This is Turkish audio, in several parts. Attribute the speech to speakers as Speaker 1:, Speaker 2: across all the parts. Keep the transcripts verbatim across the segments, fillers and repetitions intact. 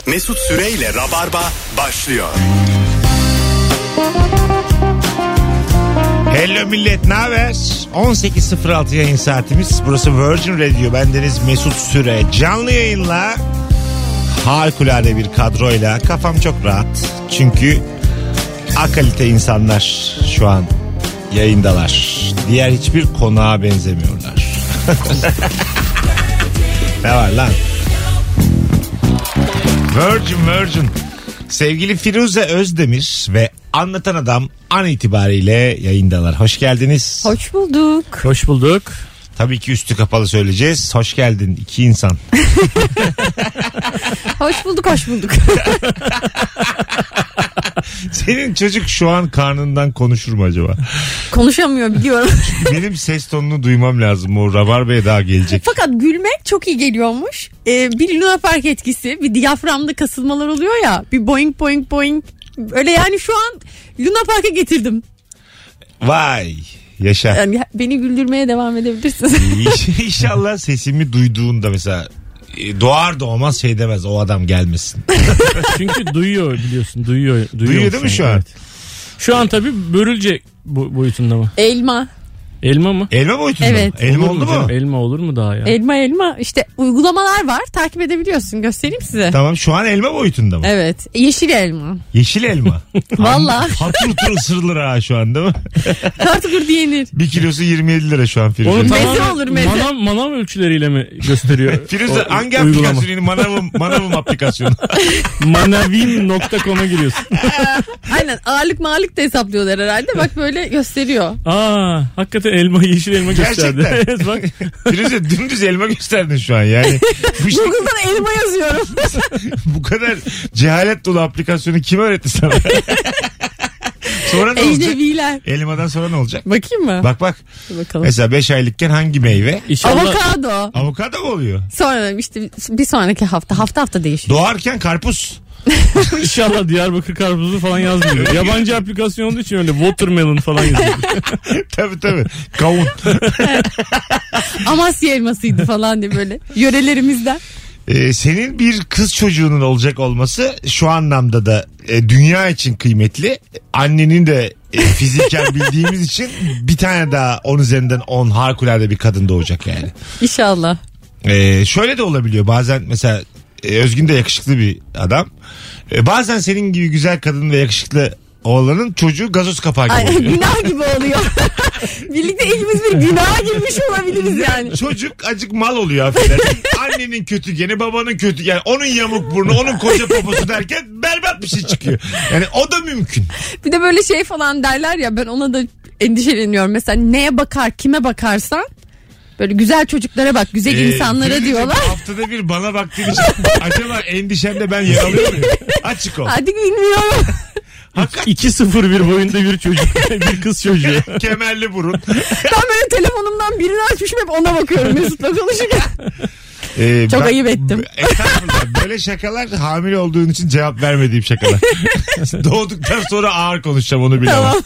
Speaker 1: Mesut Süreyle Rabarba başlıyor.
Speaker 2: Hello millet, ne haber? on sekiz sıfır altı yayın saatimiz. Burası Virgin Radio. Bendeniz Mesut Süre. Canlı yayınla, harikulade bir kadroyla. Kafam çok rahat. Çünkü akalite insanlar şu an yayındalar. Diğer hiçbir konağa benzemiyorlar. Ne var lan? Virgin Virgin. Sevgili Firuze Özdemir ve Anlatan Adam an itibariyle yayındalar. Hoş geldiniz.
Speaker 3: Hoş bulduk.
Speaker 4: Hoş bulduk.
Speaker 2: Tabii ki üstü kapalı söyleyeceğiz. Hoş geldin iki insan.
Speaker 3: Hoş bulduk, hoş bulduk.
Speaker 2: Senin çocuk şu an karnından konuşur mu acaba?
Speaker 3: Konuşamıyor, biliyorum.
Speaker 2: Benim ses tonunu duymam lazım. O Rabarba'ya daha gelecek.
Speaker 3: Fakat gülmek çok iyi geliyormuş. Ee, bir Luna Park etkisi, bir diyaframda kasılmalar oluyor ya. Bir boing boing boing. Öyle yani şu an Luna Park'a getirdim.
Speaker 2: Vay. Yaşa.
Speaker 3: Yani beni güldürmeye devam edebilirsiniz.
Speaker 2: İnşallah sesimi duyduğunda mesela doğar doğmaz şey demez, o adam gelmesin.
Speaker 4: Çünkü duyuyor, biliyorsun. Duyuyor.
Speaker 2: Duyuyor değil mi şu an?
Speaker 4: Evet. Şu an tabii börülce bu, boyutunda mı?
Speaker 3: Elma.
Speaker 4: Elma mı?
Speaker 2: Elma boyutunda
Speaker 3: Evet.
Speaker 2: mı? Elma
Speaker 4: Olur
Speaker 2: oldu mu?
Speaker 4: canım? Elma olur mu daha ya?
Speaker 3: Elma elma. İşte uygulamalar var. Takip edebiliyorsun. Göstereyim size.
Speaker 2: Tamam, şu an elma boyutunda mı?
Speaker 3: Evet. Yeşil elma.
Speaker 2: Yeşil elma.
Speaker 3: Valla.
Speaker 2: Hatır tur ısırılır ha şu an değil mi?
Speaker 3: Kartıgır diyenir.
Speaker 2: Bir kilosu yirmi yedi lira şu an Firuze.
Speaker 4: Onu
Speaker 3: Meze
Speaker 4: tamamen
Speaker 3: olur, meze.
Speaker 4: Manav, manav ölçüleriyle mi gösteriyor?
Speaker 2: Firuze
Speaker 4: O-
Speaker 2: hangi
Speaker 4: uygulama?
Speaker 2: aplikasyonu? Manavım, manavım aplikasyonu.
Speaker 4: manavim nokta com'a giriyorsun.
Speaker 3: Aynen, ağırlık mağırlık da hesaplıyorlar herhalde. Bak böyle gösteriyor.
Speaker 4: Aa, hakikaten elma, yeşil elma gösterdi.
Speaker 2: Gerçekten.
Speaker 4: Evet, bak.
Speaker 2: Firuze dümdüz elma gösterdin şu an yani. Bu, şey-
Speaker 3: Google'dan elma yazıyorum.
Speaker 2: bu kadar cehalet dolu aplikasyonu kim öğretti sana? Sonra ne olacak?
Speaker 3: Ecnebiler.
Speaker 2: Elmadan sonra ne olacak?
Speaker 3: Bakayım mı?
Speaker 2: Bak bak.
Speaker 3: Dur bakalım.
Speaker 2: Mesela beş aylıkken hangi meyve?
Speaker 4: İnşallah
Speaker 3: Avokado.
Speaker 2: Avokado mu oluyor?
Speaker 3: Sonra işte bir sonraki hafta. Hafta hafta değişiyor.
Speaker 2: Doğarken karpuz.
Speaker 4: İnşallah Diyarbakır karpuzu falan yazmıyor. Yabancı aplikasyon olduğu için öyle watermelon falan yazıyor.
Speaker 2: Tabii tabii. Kavun.
Speaker 3: Amasya elmasıydı falan diye böyle. Yörelerimizden.
Speaker 2: Ee, senin bir kız çocuğunun olacak olması şu anlamda da e, dünya için kıymetli. Annenin de e, fiziken bildiğimiz için bir tane daha on üzerinden on harikulade bir kadın doğacak yani.
Speaker 3: İnşallah.
Speaker 2: Ee, şöyle de olabiliyor bazen, mesela e, Özgün de yakışıklı bir adam. E, bazen senin gibi güzel kadın ve yakışıklı oğlanın çocuğu gazoz kapağı gibi
Speaker 3: Ay,
Speaker 2: oluyor.
Speaker 3: günah gibi oluyor. Birlikte ikimiz bir günah girmiş olabiliriz yani.
Speaker 2: Çocuk acık mal oluyor, affedersin. Annenin kötü geni, babanın kötü, yani onun yamuk burnu, onun koca poposu derken berbat bir şey çıkıyor. Yani o da mümkün.
Speaker 3: Bir de böyle şey falan derler ya, ben ona da endişeleniyorum. Mesela neye bakar, kime bakarsan. Böyle güzel çocuklara bak, güzel
Speaker 2: Ee,
Speaker 3: insanlara
Speaker 2: Firuze'cim,
Speaker 3: diyorlar.
Speaker 2: haftada bir bana baktığın için acaba endişemde ben yer alıyor muyum? Açık ol.
Speaker 3: Hadi bilmiyorum.
Speaker 2: Hakikaten
Speaker 4: iki sıfır bir boyunda bir çocuk. Bir kız çocuğu.
Speaker 2: kemerli burun.
Speaker 3: Ben böyle telefonumdan birini açmışım, hep ona bakıyorum Mesut'la konuşurken.
Speaker 2: Ee,
Speaker 3: Çok
Speaker 2: ben-
Speaker 3: ayıp ettim.
Speaker 2: Estağfurullah. Böyle şakalar hamile olduğun için cevap vermediğim şakalar. Doğduktan sonra ağır konuşacağım, onu bile.
Speaker 3: Tamam.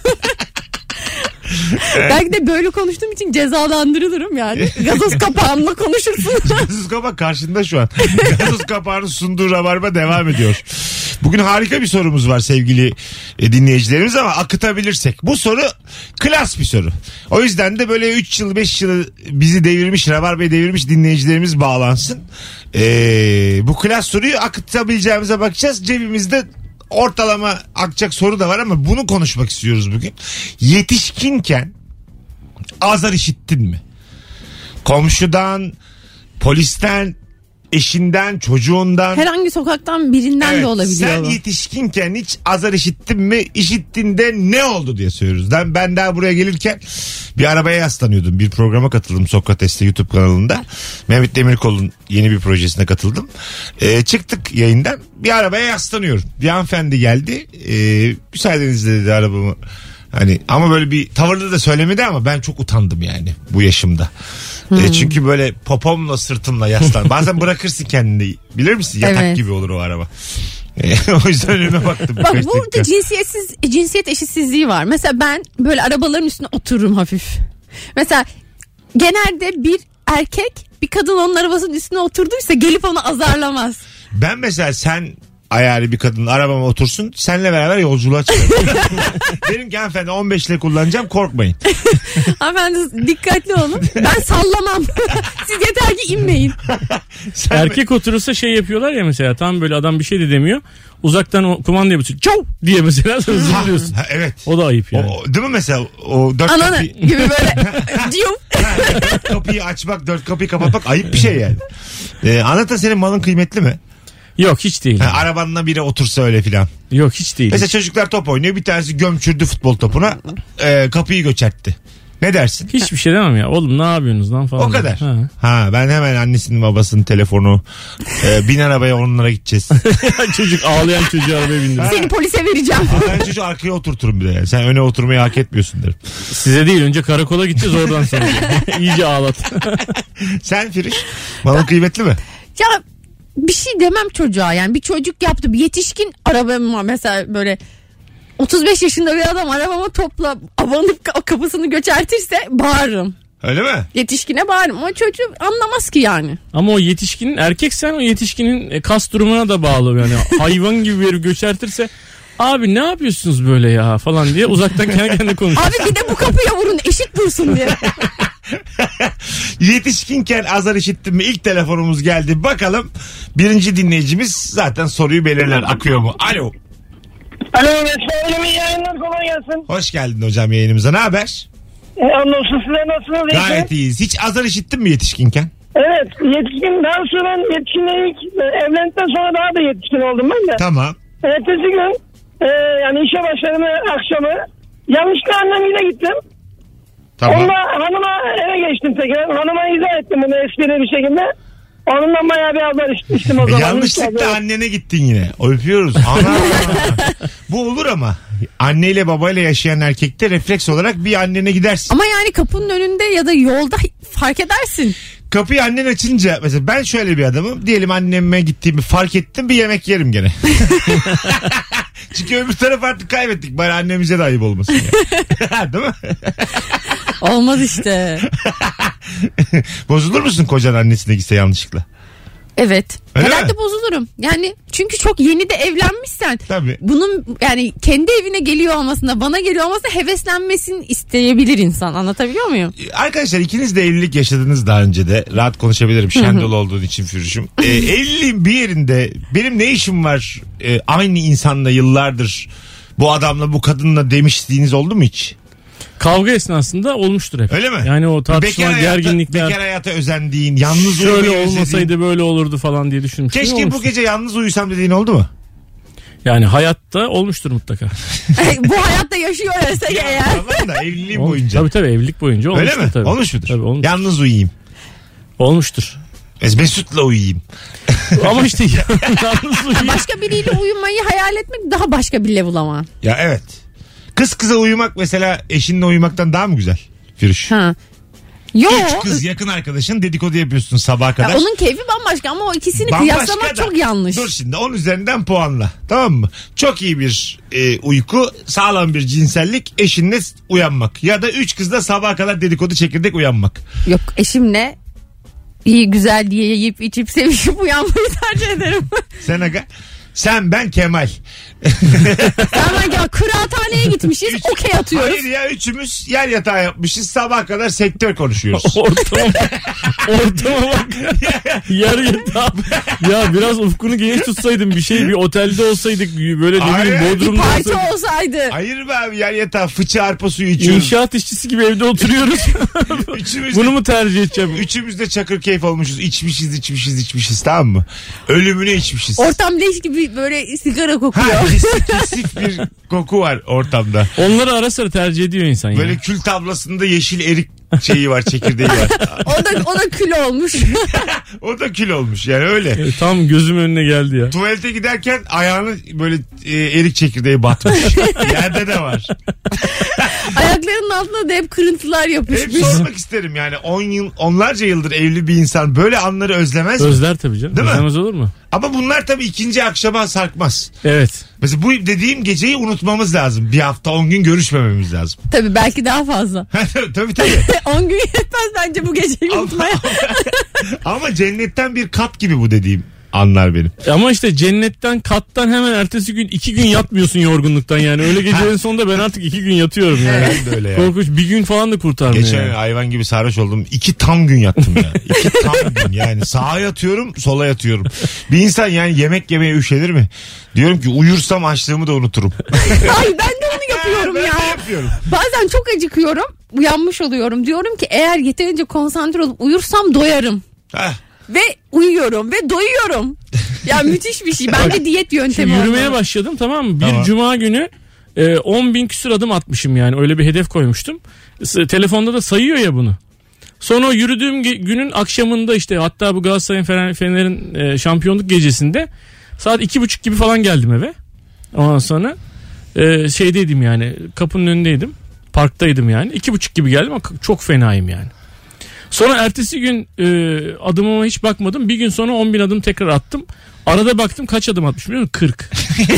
Speaker 3: Belki de böyle konuştuğum için cezalandırılırım yani. Gazoz kapağımla konuşursun.
Speaker 2: Gazoz kapağı karşında şu an. Gazoz kapağının sunduğu Rabarba devam ediyor. Bugün harika bir sorumuz var sevgili e, dinleyicilerimiz, ama akıtabilirsek. Bu soru klas bir soru. O yüzden de böyle üç yıl beş yıl bizi devirmiş, Rabarba'yı devirmiş dinleyicilerimiz bağlansın. Ee, bu klas soruyu akıtabileceğimize bakacağız. Cebimizde ortalama akacak soru da var ama bunu konuşmak istiyoruz bugün. Yetişkinken azar işittin mi? Komşudan, polisten, eşinden, çocuğundan.
Speaker 3: Herhangi sokaktan birinden
Speaker 2: Evet,
Speaker 3: de olabiliyor
Speaker 2: sen
Speaker 3: bu.
Speaker 2: yetişkinken hiç azar işittin mi? İşittiğinde ne oldu diye soruyoruz. Ben, ben daha buraya gelirken bir arabaya yaslanıyordum. Bir programa katıldım Sokrates'te YouTube kanalında. Mehmet Demirkol'un yeni bir projesine katıldım. Ee, çıktık yayından, bir arabaya yaslanıyorum. Bir hanımefendi geldi. Ee, müsaadenizle dedi arabamı. Hani ama böyle bir tavırlı da söylemedi, ama ben çok utandım yani bu yaşımda.
Speaker 3: Hmm.
Speaker 2: E çünkü böyle popomla sırtımla yaslan. Bazen bırakırsın kendini, bilir misin? Yatak
Speaker 3: Evet.
Speaker 2: gibi olur o araba. E, o yüzden önüme baktım.
Speaker 3: Bak
Speaker 2: birkaç
Speaker 3: burada
Speaker 2: dakika.
Speaker 3: cinsiyetsiz, cinsiyet eşitsizliği var. Mesela ben böyle arabaların üstüne otururum hafif. Mesela genelde bir erkek bir kadın onun arabasının üstüne oturduysa gelip onu azarlamaz.
Speaker 2: Ben mesela sen ayarı bir kadın arabama otursun. Seninle beraber yolculuğa çıkalım. Derim ki hanımefendi on beş ile kullanacağım, korkmayın.
Speaker 3: Hanımefendi dikkatli olun. Ben sallamam. Siz yeter ki inmeyin.
Speaker 4: Erkek oturursa şey yapıyorlar ya mesela, tam böyle adam bir şey de demiyor. Uzaktan o kumandaya basıyor. Çov diye mesela zıplıyorsun.
Speaker 2: Ha, evet.
Speaker 4: O da ayıp yani.
Speaker 2: O, değil mi mesela o dört
Speaker 3: Ananı
Speaker 2: kapıyı,
Speaker 3: gibi böyle. Diyum.
Speaker 2: dört kapıyı açmak, dört kapıyı kapatmak ayıp bir şey yani. Ee, anlatan senin malın kıymetli mi?
Speaker 4: Yok hiç değil.
Speaker 2: Ha, arabanla biri otursa öyle filan.
Speaker 4: Yok hiç değil.
Speaker 2: Mesela çocuklar top oynuyor, bir tanesi gömçürdü futbol topuna, e, kapıyı göçertti. Ne dersin?
Speaker 4: Hiçbir şey demem ya. Oğlum ne yapıyorsunuz lan falan.
Speaker 2: O kadar.
Speaker 4: Ha.
Speaker 2: Ha, ben hemen annesinin babasının telefonu, e, bin arabaya onlara gideceğiz.
Speaker 4: Çocuk ağlayan çocuğu arabaya bindir.
Speaker 3: Seni polise vereceğim.
Speaker 2: Aa, ben çocuğu arkaya oturturum bir de yani. Sen öne oturmayı hak etmiyorsun derim.
Speaker 4: Size değil, önce karakola gideceğiz oradan sonra. İyice ağlat.
Speaker 2: Sen Firuş, malın kıymetli mi?
Speaker 3: Ya bir şey demem çocuğa, yani bir çocuk yaptı, bir yetişkin arabama mesela böyle otuz beş yaşında bir adam arabama topla abanıp kapısını göçertirse bağırırım.
Speaker 2: Öyle mi?
Speaker 3: Yetişkine bağırırım ama çocuk anlamaz ki yani.
Speaker 4: Ama o yetişkinin, erkeksen o yetişkinin kas durumuna da bağlı yani. Hayvan gibi bir herif göçertirse abi ne yapıyorsunuz böyle ya falan diye uzaktan kendi kendine konuşuyor.
Speaker 3: Abi bir de bu kapıya vurun, eşit dursun diye.
Speaker 2: Yetişkinken azar işittin mi? İlk telefonumuz geldi. Bakalım birinci dinleyicimiz zaten soruyu belirler. Akıyor mu? Alo.
Speaker 5: Alo Mesut, iyi yayınlar, kolay gelsin.
Speaker 2: Hoş geldin hocam yayınımıza. Ne haber?
Speaker 5: E, anlıyorsun, size nasılsınız?
Speaker 2: Gayet iyiyiz. Hiç azar işittin mi yetişkinken?
Speaker 5: Evet, yetişkin, daha sonra ben yetişkinle ilk e, evlendikten sonra daha da yetişkin oldum ben de.
Speaker 2: Tamam.
Speaker 5: Ertesi gün e, yani işe başladım akşamı. Yanlışlıkla annemle gittim.
Speaker 2: Tamam.
Speaker 5: Onunla hanıma eve geçtim tekrar. Hanıma izah ettim bunu esprili bir şekilde. Onunla bayağı bir azar içtim o
Speaker 2: E,
Speaker 5: zaman.
Speaker 2: yanlışlıkla annene gittin yine. Öpüyoruz. Ana. Bu olur ama. Anneyle babayla yaşayan erkekte refleks olarak bir annene gidersin.
Speaker 3: Ama yani kapının önünde ya da yolda fark edersin.
Speaker 2: Kapıyı annen açınca mesela ben şöyle bir adamım. Diyelim anneme gittiğimi fark ettim, bir yemek yerim gene. Çünkü öbür taraf artık kaybettik. Bari annemize de ayıp olmasın. Yani. Değil mi?
Speaker 3: Olmaz işte.
Speaker 2: Bozulur musun kocan annesine gitse yanlışlıkla?
Speaker 3: Evet.
Speaker 2: Öyle
Speaker 3: Herhalde
Speaker 2: mi?
Speaker 3: bozulurum. Yani çünkü çok yeni de evlenmişsen.
Speaker 2: Tabii.
Speaker 3: Bunun yani kendi evine geliyor olmasına, bana geliyor olmasına heveslenmesini isteyebilir insan. Anlatabiliyor muyum?
Speaker 2: Arkadaşlar ikiniz de evlilik yaşadınız daha önce de. Rahat konuşabilirim Şendol olduğun için Firuş'um. Ee, evliliğin bir yerinde benim ne işim var e, aynı insanla yıllardır bu adamla bu kadınla demiştiğiniz oldu mu hiç?
Speaker 4: Kavga esnasında olmuştur hep.
Speaker 2: Öyle mi?
Speaker 4: Yani o tartışma,
Speaker 2: Bekar hayata,
Speaker 4: gerginlikler.
Speaker 2: bekar hayata özendiğin, yalnız
Speaker 4: Şöyle
Speaker 2: uyumayı
Speaker 4: olmasaydı
Speaker 2: özlediğin.
Speaker 4: böyle olurdu falan diye düşünmüştüm.
Speaker 2: Keşke bu
Speaker 4: Olmuştur.
Speaker 2: gece yalnız uyusam dediğin oldu mu?
Speaker 4: Yani hayatta olmuştur mutlaka.
Speaker 3: Bu hayatta yaşıyor desek eğer.
Speaker 2: Tamam da evliliğim
Speaker 4: Ol-
Speaker 2: boyunca.
Speaker 4: Tabii tabii, evlilik boyunca olmuştur.
Speaker 2: Öyle mi?
Speaker 4: Tabii.
Speaker 2: Olmuş mudur?
Speaker 4: Tabii, olmuş.
Speaker 2: Yalnız uyuyayım.
Speaker 4: Olmuştur.
Speaker 2: Mesut'la uyuyayım.
Speaker 4: Ama işte yalnız uyuyayım.
Speaker 3: Başka biriyle uyumayı hayal etmek daha başka bir level ama.
Speaker 2: Ya evet. Kız kıza uyumak mesela eşinle uyumaktan daha mı güzel? Firuş.
Speaker 3: Ha. Yo.
Speaker 2: Üç kız yakın arkadaşın dedikodu yapıyorsun sabaha kadar.
Speaker 3: Ya onun keyfi bambaşka ama o ikisini
Speaker 2: Bambaşka
Speaker 3: kıyaslamak
Speaker 2: da-
Speaker 3: çok yanlış.
Speaker 2: Dur şimdi on üzerinden puanla. Tamam mı? Çok iyi bir e, uyku, sağlam bir cinsellik, eşinle uyanmak. Ya da üç kızla sabaha kadar dedikodu çekirdek uyanmak.
Speaker 3: Yok, eşimle iyi güzel diye yiyip içip sevişip uyanmayı tercih ederim.
Speaker 2: Sen aga. Sen, ben, Kemal.
Speaker 3: Hemen ya kıraathaneye gitmişiz,
Speaker 2: Üç-
Speaker 3: okey atıyoruz.
Speaker 2: Hayır ya, üçümüz yer yatağı yapmışız. Sabah kadar sektör konuşuyoruz.
Speaker 4: Ortama, ortama bak. Yer yatağı. Ya biraz ufkunu geniş tutsaydın, bir şey, bir otelde olsaydık, böyle ne
Speaker 2: Hayır.
Speaker 4: bileyim
Speaker 3: Bir
Speaker 4: Bodrum'da
Speaker 3: parti
Speaker 4: olsaydık.
Speaker 3: olsaydı.
Speaker 2: Hayır be abi, yer yatağı, fıçı arpa suyu içiyoruz.
Speaker 4: İnşaat işçisi gibi evde oturuyoruz.
Speaker 2: Üçümüz
Speaker 4: Bunu mu tercih edeceğim?
Speaker 2: Üçümüz de çakır keyif olmuşuz. İçmişiz içmişiz içmişiz, tamam mı? Ölümüne içmişiz.
Speaker 3: Ortam leş gibi böyle sigara
Speaker 2: Ha,
Speaker 3: kokuyor.
Speaker 2: kesif, kesif bir koku var ortamda.
Speaker 4: Onları ara sıra tercih ediyor insan ya.
Speaker 2: Böyle kül tablasında yeşil erik şeyi var, çekirdeği var.
Speaker 3: O da o da kül olmuş.
Speaker 2: O da kül olmuş yani öyle.
Speaker 4: E, tam gözüm önüne geldi ya.
Speaker 2: Tuvalete giderken ayağını böyle e, erik çekirdeği batmış. Yerde de var.
Speaker 3: Ayaklarının altında da hep kırıntılar
Speaker 2: Hep
Speaker 3: yapışmış.
Speaker 2: sormak isterim yani on yıl, onlarca yıldır evli bir insan böyle anları özlemez mi?
Speaker 4: Özler tabii canım.
Speaker 2: Değil mi?
Speaker 4: Özlemez olur mu?
Speaker 2: Ama bunlar tabii ikinci akşama sarkmaz.
Speaker 4: Evet.
Speaker 2: Mesela bu dediğim geceyi unutmamız lazım. Bir hafta on gün görüşmememiz lazım.
Speaker 3: Tabii belki daha fazla.
Speaker 2: Tabii tabii.
Speaker 3: on gün yetmez bence bu geceyi
Speaker 2: Ama,
Speaker 3: unutmaya.
Speaker 2: ama cennetten bir kat gibi bu dediğim. anlar benim.
Speaker 4: Ama işte cennetten kattan hemen ertesi gün iki gün yatmıyorsun yorgunluktan yani. Öyle gecelerin sonunda ben artık iki gün yatıyorum yani.
Speaker 2: Ben de öyle ya.
Speaker 4: Korkunç, bir gün falan da kurtarmıyor.
Speaker 2: Geçen
Speaker 4: yani.
Speaker 2: hayvan gibi sarhoş oldum. İki tam gün yattım ya. İki tam gün yani. Sağa yatıyorum, sola yatıyorum. Bir insan yani yemek yemeye üşenir mi? Diyorum ki uyursam açlığımı da unuturum.
Speaker 3: Ay ben de onu yapıyorum
Speaker 2: Ben
Speaker 3: ya.
Speaker 2: de yapıyorum.
Speaker 3: Bazen çok acıkıyorum. Uyanmış oluyorum. Diyorum ki eğer yeterince konsantre olup uyursam doyarım.
Speaker 2: Heh.
Speaker 3: Ve uyuyorum ve doyuyorum. Ya müthiş bir şey. Ben de diyet yöntemi
Speaker 4: Şimdi yürümeye
Speaker 3: oldu.
Speaker 4: başladım, tamam mı? Bir
Speaker 2: Tamam.
Speaker 4: cuma günü e, on bin küsur adım atmışım yani. Öyle bir hedef koymuştum. S- Telefonda da sayıyor ya bunu. Sonra o yürüdüğüm ge- günün akşamında işte, hatta bu Galatasaray'ın Fener- Fener'in e, şampiyonluk gecesinde saat iki buçuk gibi falan geldim eve. Ondan sonra e, şeydeydim yani, kapının önündeydim. Parktaydım yani. iki buçuk gibi geldim ama çok fenayım yani. Sonra ertesi gün e, adımıma hiç bakmadım. Bir gün sonra on bin adım tekrar attım. Arada baktım kaç adım atmış biliyor musun? kırk.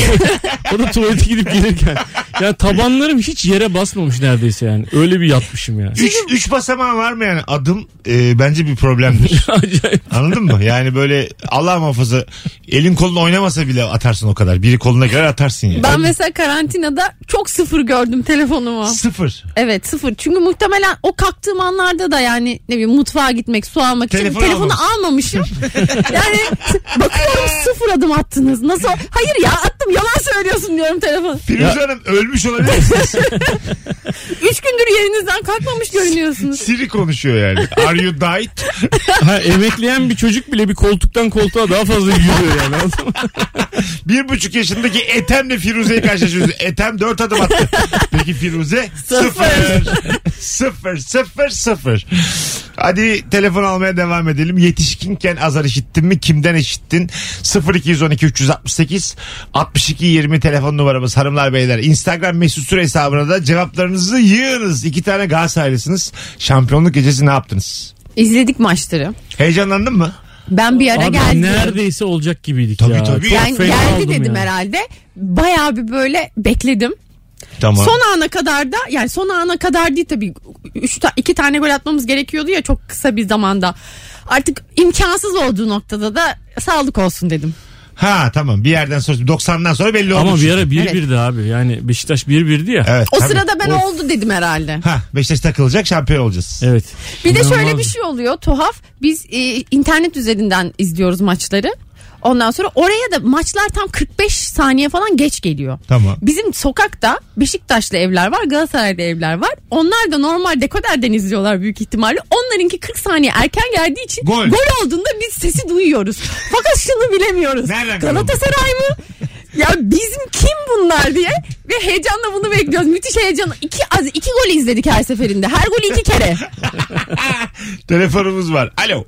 Speaker 4: O da tuvalete gidip gelirken. Yani tabanlarım hiç yere basmamış neredeyse yani. Öyle bir yatmışım yani.
Speaker 2: Üç, üç basamağı var mı yani? Adım e, bence bir problemdir.
Speaker 4: Acayip.
Speaker 2: Anladın mı? Yani böyle Allah muhafaza elin kolun oynamasa bile atarsın o kadar. Biri koluna girer atarsın yani.
Speaker 3: Ben mesela karantinada çok sıfır gördüm telefonumu.
Speaker 2: Sıfır.
Speaker 3: Evet sıfır. Çünkü muhtemelen o kalktığım anlarda da yani ne bileyim mutfağa gitmek, su almak için
Speaker 2: Telefon
Speaker 3: telefonu
Speaker 2: almamışsın.
Speaker 3: almamışım. Yani bakıyorum sıfır adım attınız. Nasıl? Hayır ya attım, yalan söylüyorsun diyorum telefon.
Speaker 2: Firuze Hanım ölmüş olabilir misiniz?
Speaker 3: Üç gündür yerinizden kalkmamış görünüyorsunuz.
Speaker 2: Siri konuşuyor yani. Are you died?
Speaker 4: Ha, emekleyen bir çocuk bile bir koltuktan koltuğa daha fazla yürüyor yani. Anladın mı?
Speaker 2: Bir buçuk yaşındaki Ethem'le Firuze'yi karşılaşıyoruz. Ethem dört adım attı. Peki Firuze? Sıfır. Sıfır. Sıfır. Sıfır. Hadi telefon almaya devam edelim. Yetişkinken azar işittin mi? Kimden işittin? sıfır iki on iki üç altı sekiz altmış iki yirmi telefon numaramız hanımlar beyler. Instagram mesut süre hesabına da cevaplarınızı yığınız. İki tane Galatasaraylısınız. Şampiyonluk gecesi ne yaptınız?
Speaker 3: İzledik maçları.
Speaker 2: Heyecanlandın mı?
Speaker 3: Ben bir ara
Speaker 4: Abi
Speaker 3: geldim.
Speaker 4: neredeyse olacak gibiydik
Speaker 2: Tabii,
Speaker 4: ya.
Speaker 2: tabii.
Speaker 4: Çok
Speaker 3: Yani
Speaker 4: fena
Speaker 3: geldi
Speaker 4: oldum
Speaker 3: dedim
Speaker 4: ya.
Speaker 3: herhalde. Bayağı bir böyle bekledim.
Speaker 2: Tamam.
Speaker 3: Son ana kadar da yani son ana kadar değil tabii. Üç ta, iki tane gol atmamız gerekiyordu ya çok kısa bir zamanda. Artık imkansız olduğu noktada da sağlık olsun dedim.
Speaker 2: Ha tamam, bir yerden sonra doksandan sonra belli oldu.
Speaker 4: Ama bir
Speaker 2: çünkü.
Speaker 4: ara bir
Speaker 3: Evet.
Speaker 4: birdi abi. Yani Beşiktaş bir birdi ya.
Speaker 2: Evet,
Speaker 3: O
Speaker 2: tabii.
Speaker 3: sırada ben
Speaker 4: Of.
Speaker 3: oldu dedim herhalde.
Speaker 2: Ha Beşiktaş takılacak, şampiyon olacağız.
Speaker 4: Evet.
Speaker 3: Bir de şöyle
Speaker 4: İnanılmaz.
Speaker 3: bir şey oluyor tuhaf. Biz e, internet üzerinden izliyoruz maçları. Ondan sonra oraya da maçlar tam kırk beş saniye falan geç geliyor.
Speaker 2: Tamam.
Speaker 3: Bizim sokakta Beşiktaşlı evler var, Galatasaraylı evler var. Onlar da normal dekoderden izliyorlar büyük ihtimalle. Onlarınki kırk saniye erken geldiği için
Speaker 2: Gol.
Speaker 3: gol olduğunda biz sesi duyuyoruz. Fakat şunu bilemiyoruz.
Speaker 2: Nereden gol
Speaker 3: Galatasaray mı? Ya bizim kim bunlar diye ve heyecanla bunu bekliyoruz. Müthiş heyecan. İki, az, iki gol izledik her seferinde. Her golü iki kere.
Speaker 2: Telefonumuz var. Alo.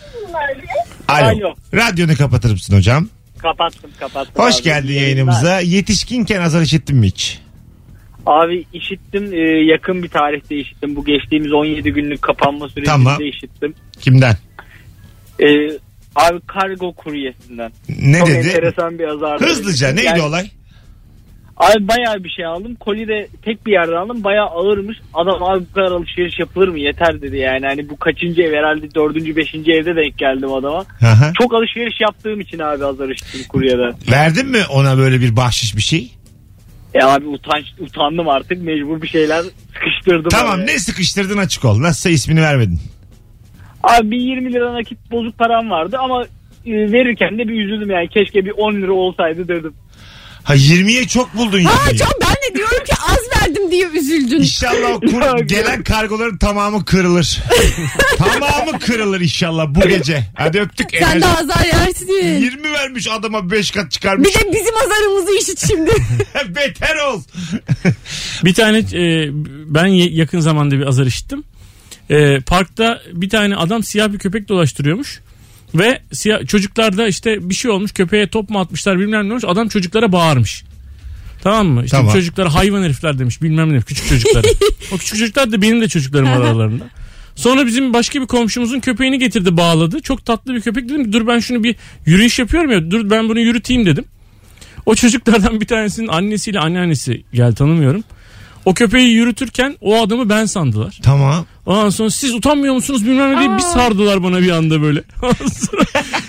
Speaker 2: Alo.
Speaker 5: Alo.
Speaker 2: Radyonu kapatır mısın hocam?
Speaker 5: Kapattım kapattım.
Speaker 2: Hoş
Speaker 5: abi.
Speaker 2: geldin yayınımıza. Yetişkinken azar işittin mi hiç?
Speaker 5: Abi işittim, e, yakın bir tarihte işittim. Bu geçtiğimiz on yedi günlük kapanma sürecinde
Speaker 2: Tamam.
Speaker 5: işittim.
Speaker 2: Kimden?
Speaker 5: E, abi kargo kuryesinden.
Speaker 2: Ne
Speaker 5: Çok
Speaker 2: dedi?
Speaker 5: enteresan bir azar.
Speaker 2: Hızlıca neydi
Speaker 5: Yani-
Speaker 2: olay?
Speaker 5: Abi bayağı bir şey aldım. Koli de tek bir yerden aldım. Bayağı ağırmış. Adam abi bu kadar alışveriş yapılır mı? Yeter dedi yani. Hani bu kaçıncı ev, herhalde dördüncü, beşinci evde denk geldim adama.
Speaker 2: Aha.
Speaker 5: Çok alışveriş yaptığım için abi azar işittim kuryeden.
Speaker 2: Verdin mi ona böyle bir bahşiş bir şey?
Speaker 5: E abi utanç, utandım artık. Mecbur bir şeyler sıkıştırdım.
Speaker 2: Tamam,
Speaker 5: abi.
Speaker 2: ne sıkıştırdın açık ol. Nasılsa ismini vermedin.
Speaker 5: Abi bir yirmi lira nakit bozuk param vardı ama e, verirken de bir üzüldüm yani. Keşke bir on lira olsaydı dedim.
Speaker 2: Ha yirmiye çok buldun
Speaker 3: Ha
Speaker 2: yani.
Speaker 3: çok ben de diyorum ki az verdim diye üzüldün.
Speaker 2: İnşallah o kur-
Speaker 5: Yok,
Speaker 2: gelen
Speaker 5: yok.
Speaker 2: kargoların tamamı kırılır. Tamamı kırılır inşallah bu gece. Hadi öptük.
Speaker 3: Sen
Speaker 2: Enerji-
Speaker 3: de azar yersin.
Speaker 2: yirmi vermiş adama beş kat çıkarmış.
Speaker 3: Bir de bizim azarımızı işit şimdi.
Speaker 2: Beter ol.
Speaker 4: Bir tane e, ben ye- yakın zamanda bir azar işittim. E, parkta bir tane adam siyah bir köpek dolaştırıyormuş. Ve siyah, çocuklar da işte bir şey olmuş, köpeğe top mu atmışlar bilmem ne olmuş. Adam çocuklara bağırmış. Tamam mı? İşte
Speaker 2: Tamam.
Speaker 4: çocuklara hayvan herifler demiş bilmem ne, küçük çocuklara. O küçük çocuklar da benim de çocuklarım var aralarında. Sonra bizim başka bir komşumuzun köpeğini getirdi, bağladı. Çok tatlı bir köpek, dedim ki dur ben şunu bir yürüyüş yapıyorum ya, dur ben bunu yürüteyim dedim. O çocuklardan bir tanesinin annesiyle anneannesi geldi, tanımıyorum. O köpeği yürütürken o adamı ben sandılar.
Speaker 2: Tamam.
Speaker 4: Ondan sonra siz utanmıyor musunuz bilmem ne diye bir sardılar bana bir anda böyle. Ondan sonra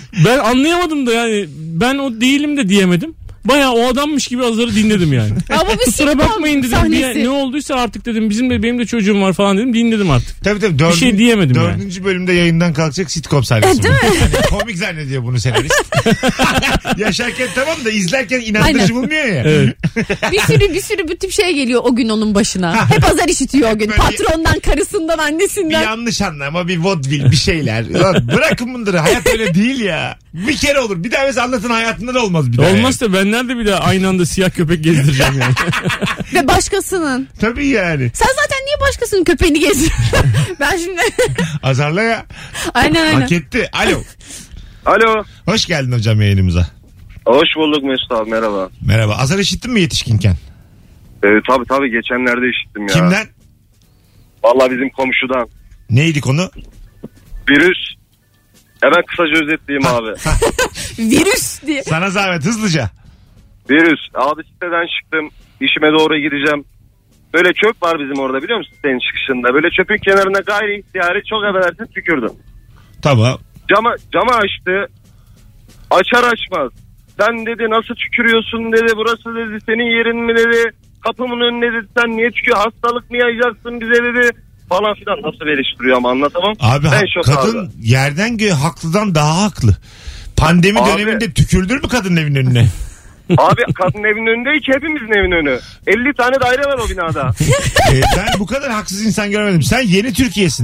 Speaker 4: Ben anlayamadım da yani ben o değilim de diyemedim. Bayağı o adammış gibi azarı dinledim yani.
Speaker 3: Ama bir
Speaker 4: Kusura bakmayın dedim. Diye, ne olduysa artık dedim. Bizim de benim de çocuğum var falan dedim. Dinledim artık.
Speaker 2: Tabii tabii. Dördün,
Speaker 4: bir şey diyemedim
Speaker 2: dördüncü
Speaker 4: yani.
Speaker 2: Dördüncü bölümde yayından kalkacak sitcom sahnesi.
Speaker 3: Değil mi?
Speaker 2: Yani komik zannediyor bunu senarist. Yaşarken tamam da izlerken inandırıcı
Speaker 3: Aynen.
Speaker 2: bulmuyor ya.
Speaker 4: Evet.
Speaker 3: bir sürü bir sürü bu tip şey geliyor o gün onun başına. Hep azar işitiyor o gün.
Speaker 2: Böyle-
Speaker 3: Patrondan, karısından,
Speaker 2: Bir
Speaker 3: annesinden.
Speaker 2: yanlış anlama, bir vodvil, bir şeyler. Lan bırakın bunları. Hayat öyle değil ya. Bir kere olur. Bir daha mesela anlatın, hayatında da olmaz bir daha.
Speaker 4: Olmaz da ben nerede bir daha aynı anda siyah köpek gezdireceğim yani.
Speaker 3: Ve başkasının.
Speaker 2: Yani. Tabii yani.
Speaker 3: Sen zaten niye başkasının köpeğini gezdiriyorsun? Ben şimdi...
Speaker 2: Azarla ya.
Speaker 3: aynen aynen.
Speaker 2: Hak etti. Alo.
Speaker 6: Alo.
Speaker 2: Hoş geldin hocam yayınımıza.
Speaker 6: Hoş bulduk Mesut abi, merhaba.
Speaker 2: Merhaba. Azar işittin mi yetişkinken?
Speaker 6: Ee, tabii tabii geçenlerde işittim ya.
Speaker 2: Kimden?
Speaker 6: Vallahi bizim komşudan.
Speaker 2: Neydi konu?
Speaker 6: Virüs. Hemen kısaca özetleyeyim abi.
Speaker 3: Virüs diye.
Speaker 2: Sana zahmet, hızlıca.
Speaker 6: Virüs. Abi siteden çıktım. İşime doğru gideceğim. Böyle çöp var bizim orada, biliyor musun, sitenin çıkışında. Böyle çöpün kenarına gayri ihtiyari çok affedersin tükürdüm.
Speaker 2: Tamam.
Speaker 6: Cama, camı açtı. Açar açmaz. Sen dedi nasıl tükürüyorsun dedi. Burası dedi senin yerin mi dedi. Kapımın önüne dedi. Sen niye tükür? Hastalık mı yayacaksın bize dedi. Falan filan, nasıl eleştiriyor ama anlatamam.
Speaker 2: Abi
Speaker 6: Ben
Speaker 2: ha-
Speaker 6: şok
Speaker 2: kadın
Speaker 6: abi.
Speaker 2: yerden göğe haklıdan daha haklı. Pandemi
Speaker 6: Abi-
Speaker 2: döneminde tükürdür mü kadın evin önüne?
Speaker 6: Abi kadın evin önünde ki hepimizin evin önü. elli tane daire var o binada.
Speaker 2: Ee, ben bu kadar haksız insan görmedim. Sen yeni Türkiye'sin.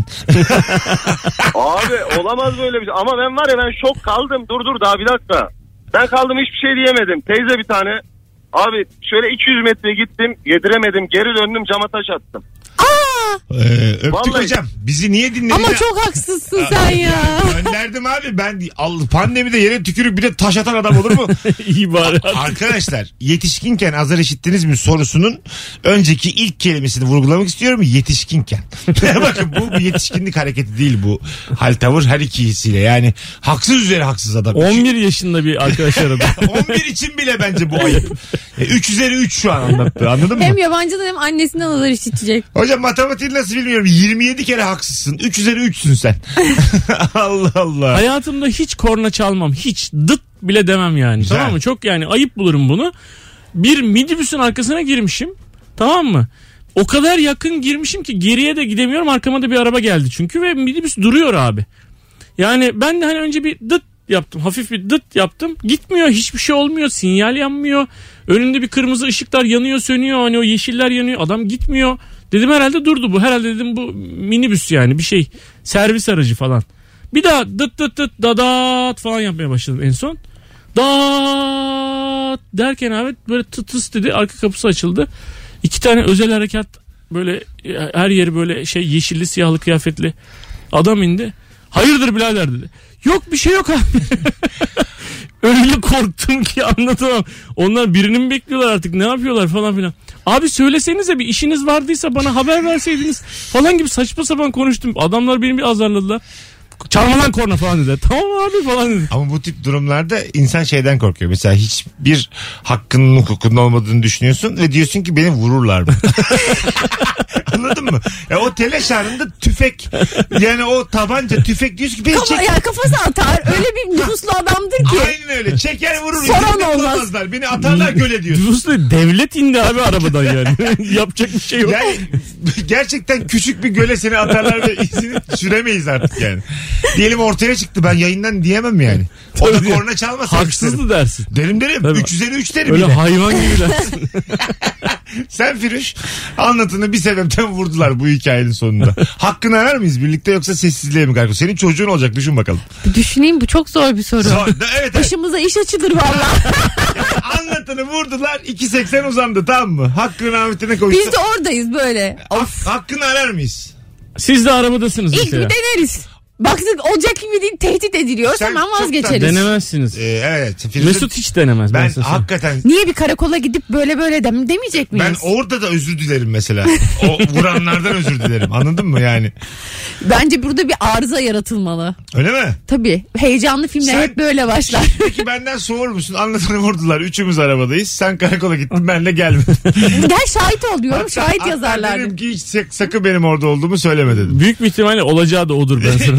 Speaker 6: Abi olamaz böyle bir şey. Ama ben var ya, ben şok kaldım. Dur dur daha bir dakika. Ben kaldım, hiçbir şey diyemedim. Teyze bir tane. Abi şöyle iki yüz metre gittim. Yediremedim. Geri döndüm, cama taş attım.
Speaker 2: Ee, öptük
Speaker 6: Vallahi-
Speaker 2: hocam. Bizi niye dinledin?
Speaker 3: Ama
Speaker 2: ya?
Speaker 3: çok haksızsın sen ya.
Speaker 2: Gönderdim abi. Ben al- pandemide yere tükürüp bir de taş atan adam olur mu?
Speaker 4: İyi bari.
Speaker 2: Arkadaşlar, yetişkinken azar işittiniz mi sorusunun önceki ilk kelimesini vurgulamak istiyorum. Yetişkinken. Bakın bu bir yetişkinlik hareketi değil bu. Hal tavır her ikisiyle. Yani haksız üzere haksız adam.
Speaker 4: on bir yaşında bir arkadaş aradı.
Speaker 2: on bir için bile bence bu ayıp. E, üç üzeri üç şu an anlattı. Anladın mı?
Speaker 3: Hem yabancıdan hem annesinden azar işitecek.
Speaker 2: Hocam matematiği nasıl bilmiyorum. yirmi yedi kere haksızsın. üç üzeri üçsün sen. Allah Allah.
Speaker 4: Hayatımda hiç korna çalmam. Hiç dıt bile demem yani.
Speaker 2: Güzel.
Speaker 4: Tamam mı? Çok yani ayıp bulurum bunu. Bir minibüsün arkasına girmişim. Tamam mı? O kadar yakın girmişim ki geriye de gidemiyorum. Arkama da bir araba geldi çünkü ve minibüs duruyor abi. Yani ben de hani önce bir dıt yaptım. Hafif bir dıt yaptım. Gitmiyor. Hiçbir şey olmuyor. Sinyal yanmıyor. Önünde bir kırmızı ışıklar yanıyor sönüyor. Hani o yeşiller yanıyor. Adam gitmiyor. Dedim herhalde durdu bu. Herhalde dedim bu minibüs yani bir şey. Servis aracı falan. Bir daha dıt dıt dıt dadat falan yapmaya başladım en son. Dat derken abi böyle tıtıs dedi. Arka kapısı açıldı. İki tane özel harekat böyle her yeri böyle şey yeşilli siyahlı kıyafetli adam indi. Hayırdır birader dedi. Yok bir şey yok abi. Öyle korktum ki anlatamam. Onlar birini mi bekliyorlar artık, ne yapıyorlar falan filan. Abi söylesenize, bir işiniz vardıysa bana haber verseydiniz falan gibi saçma sapan konuştum. Adamlar beni bir azarladılar. Çalma lan korna falan dedi. Tamam abi falan dedi.
Speaker 2: Ama bu tip durumlarda insan şeyden korkuyor. Mesela hiçbir hakkının hukukunun olmadığını düşünüyorsun ve diyorsun ki beni vururlar mı? Anladın mı? Ya o telaş anında tüfek, yani o tabanca tüfek diyorsun ki beni
Speaker 3: Kafa,
Speaker 2: çek.
Speaker 3: ya kafası atar. Öyle bir nüfuslu adamdır ki.
Speaker 2: Aynen öyle. Çeker vurur.
Speaker 3: Soran
Speaker 2: Beni
Speaker 3: olmaz.
Speaker 2: bulamazlar. Beni atarlar göle diyorsun.
Speaker 4: Nüfuslu devlet indi abi arabadan yani. Yapacak bir şey yok.
Speaker 2: Yani gerçekten küçük bir göle seni atarlar ve izini süremeyiz artık yani. Diyelim ortaya çıktı, ben yayından diyemem yani. O da
Speaker 4: Tabii.
Speaker 2: korna çalmasa.
Speaker 4: Haksızdı dersin.
Speaker 2: Derim derim.
Speaker 4: Tabii.
Speaker 2: üç üzeri üç derim
Speaker 4: Öyle
Speaker 2: yine.
Speaker 4: hayvan gibi dersin.
Speaker 2: Sen Firuş, anlatını bir sebepten vurdular bu hikayenin sonunda. Hakkını arar mıyız birlikte, yoksa sessizliğe mi kalkıyor? Senin çocuğun olacak, düşün bakalım.
Speaker 3: Düşüneyim, bu çok zor bir soru.
Speaker 2: Zor- evet, evet.
Speaker 3: Başımıza iş açılır valla.
Speaker 2: Anlatını vurdular, iki seksen uzandı, tamam mı? Hakkını rahmetine koysun.
Speaker 3: Biz de oradayız böyle. Of.
Speaker 2: Hakkını arar mıyız?
Speaker 4: Siz de arabadasınız
Speaker 3: İlk
Speaker 4: mesela.
Speaker 3: bir deneriz. Baktık olacak gibi değil, tehdit ediliyoruz,
Speaker 2: Sen
Speaker 3: hemen
Speaker 2: çok
Speaker 3: vazgeçeriz.
Speaker 4: Denemezsiniz.
Speaker 2: Ee, evet. Firuze-
Speaker 4: Mesut hiç denemez. Ben,
Speaker 2: ben
Speaker 4: size söyleyeyim.
Speaker 2: hakikaten
Speaker 3: Niye bir karakola gidip böyle böyle dem demeyecek
Speaker 2: ben
Speaker 3: miyiz?
Speaker 2: orada da özür dilerim mesela. O vuranlardan özür dilerim. Anladın mı yani?
Speaker 3: Bence burada bir arıza yaratılmalı.
Speaker 2: Öyle mi?
Speaker 3: Tabii. Heyecanlı filmler
Speaker 2: Sen-
Speaker 3: hep böyle başlar.
Speaker 2: Peki benden soğur musun? Anlatanı vurdular. Üçümüz arabadayız. Sen karakola gittin, benle gelmedin.
Speaker 3: Gel şahit ol diyorum.
Speaker 2: Hatta-
Speaker 3: şahit
Speaker 2: hatta
Speaker 3: yazarlardı.
Speaker 2: dedim ki hiç sak- sakın benim orada olduğumu söyleme dedim.
Speaker 4: Büyük bir ihtimalle olacağı da odur ben sana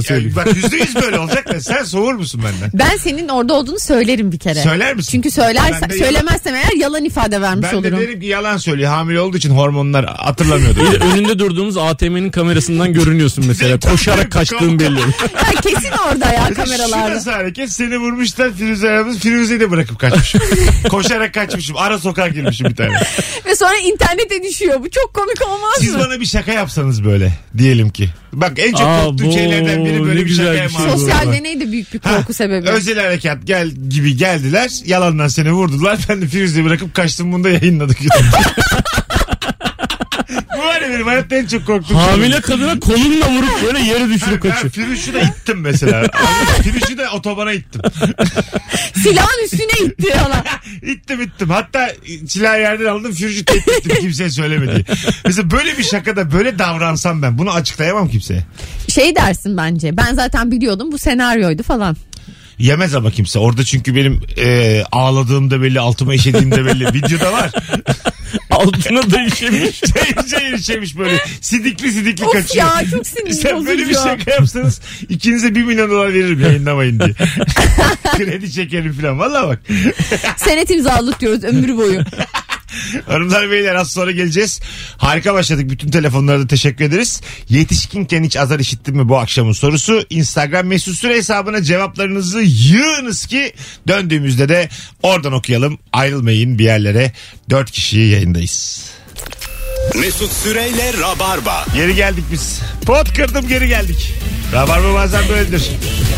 Speaker 4: söyleyeyim.
Speaker 2: Bak yüzde yüz böyle olacak da sen soğur musun benden?
Speaker 3: Ben senin orada olduğunu söylerim bir kere.
Speaker 2: Söyler misin?
Speaker 3: Çünkü söylerse,
Speaker 2: Ben de
Speaker 3: söylemezsem eğer yalan ifade vermiş
Speaker 2: Ben de
Speaker 3: olurum.
Speaker 2: derim ki yalan söylüyor. Hamile olduğu için hormonlar hatırlamıyordu.
Speaker 4: Bir de önünde durduğumuz A T M'nin kamerasından görünüyorsun mesela. Koşarak kaçtığın belli.
Speaker 3: Ya kesin orada ya
Speaker 2: Şu
Speaker 3: kameralarda.
Speaker 2: nasıl hareket? Seni vurmuşlar Firuze aramız. Firuze'yi de bırakıp kaçmışım. Koşarak kaçmışım. Ara sokağa girmişim bir tane.
Speaker 3: Ve sonra internete düşüyor. Bu çok komik olmaz
Speaker 2: Siz
Speaker 3: mı?
Speaker 2: bana bir şaka yapsanız böyle diyelim ki. Bak en çok
Speaker 4: Aa,
Speaker 2: korktuğum
Speaker 4: bu
Speaker 2: şeylerden biri böyle
Speaker 4: ne
Speaker 2: bir
Speaker 4: güzel
Speaker 2: şakaya
Speaker 4: bir şey
Speaker 2: maruz
Speaker 3: Sosyal
Speaker 2: kalmak.
Speaker 3: deney de büyük bir
Speaker 2: Ha,
Speaker 3: korku sebebi.
Speaker 2: Özel harekat gel gibi geldiler. Yalandan seni vurdular. Ben de Firuze'yi bırakıp kaçtım. Bunu da yayınladık. Bu var ya benim hayatta en çok korktuğum şey.
Speaker 4: Hamile kadına kolunla vurup böyle yere düşürüp
Speaker 2: Ben
Speaker 4: kaçıyor.
Speaker 2: Firuş'u da ittim mesela. Firuş'u da otobana ittim.
Speaker 3: Silahın üstüne itti ona.
Speaker 2: ittim ittim. Hatta silahı yerden aldım. Firuş'u tehdit ettim. Kimseye söylemedi. Mesela böyle bir şakada böyle davransam ben. Bunu açıklayamam kimseye.
Speaker 3: Şey dersin bence. Ben zaten biliyordum bu senaryoydu falan.
Speaker 2: Yemez ama kimse. Orada çünkü benim e, ağladığım da belli, altıma işediğim de belli. Videoda var.
Speaker 4: Altına da işemiş.
Speaker 2: Çayır çayır işemiş böyle. Sidikli sidikli
Speaker 3: Of
Speaker 2: kaçıyor.
Speaker 3: ya çok sinir bozucu.
Speaker 2: Sen böyle bir şaka yapsanız ikinize bir milyon dolar veririm yayınlamayın diye. Kredi çekerim falan. Valla bak.
Speaker 3: Senet imzaladık diyoruz ömür boyu.
Speaker 2: Hanımlar beyler az sonra geleceğiz. Harika başladık. Bütün telefonlara da teşekkür ederiz. Yetişkinken hiç azar işittin mi bu akşamın sorusu. Instagram mesut süre hesabına cevaplarınızı yığınız ki döndüğümüzde de oradan okuyalım. Ayrılmayın bir yerlere. Dört kişiyi yayındayız.
Speaker 1: Mesut Süreyle Rabarba.
Speaker 2: Geri geldik biz. Pot kırdım geri geldik. Rabarba bazen böyledir.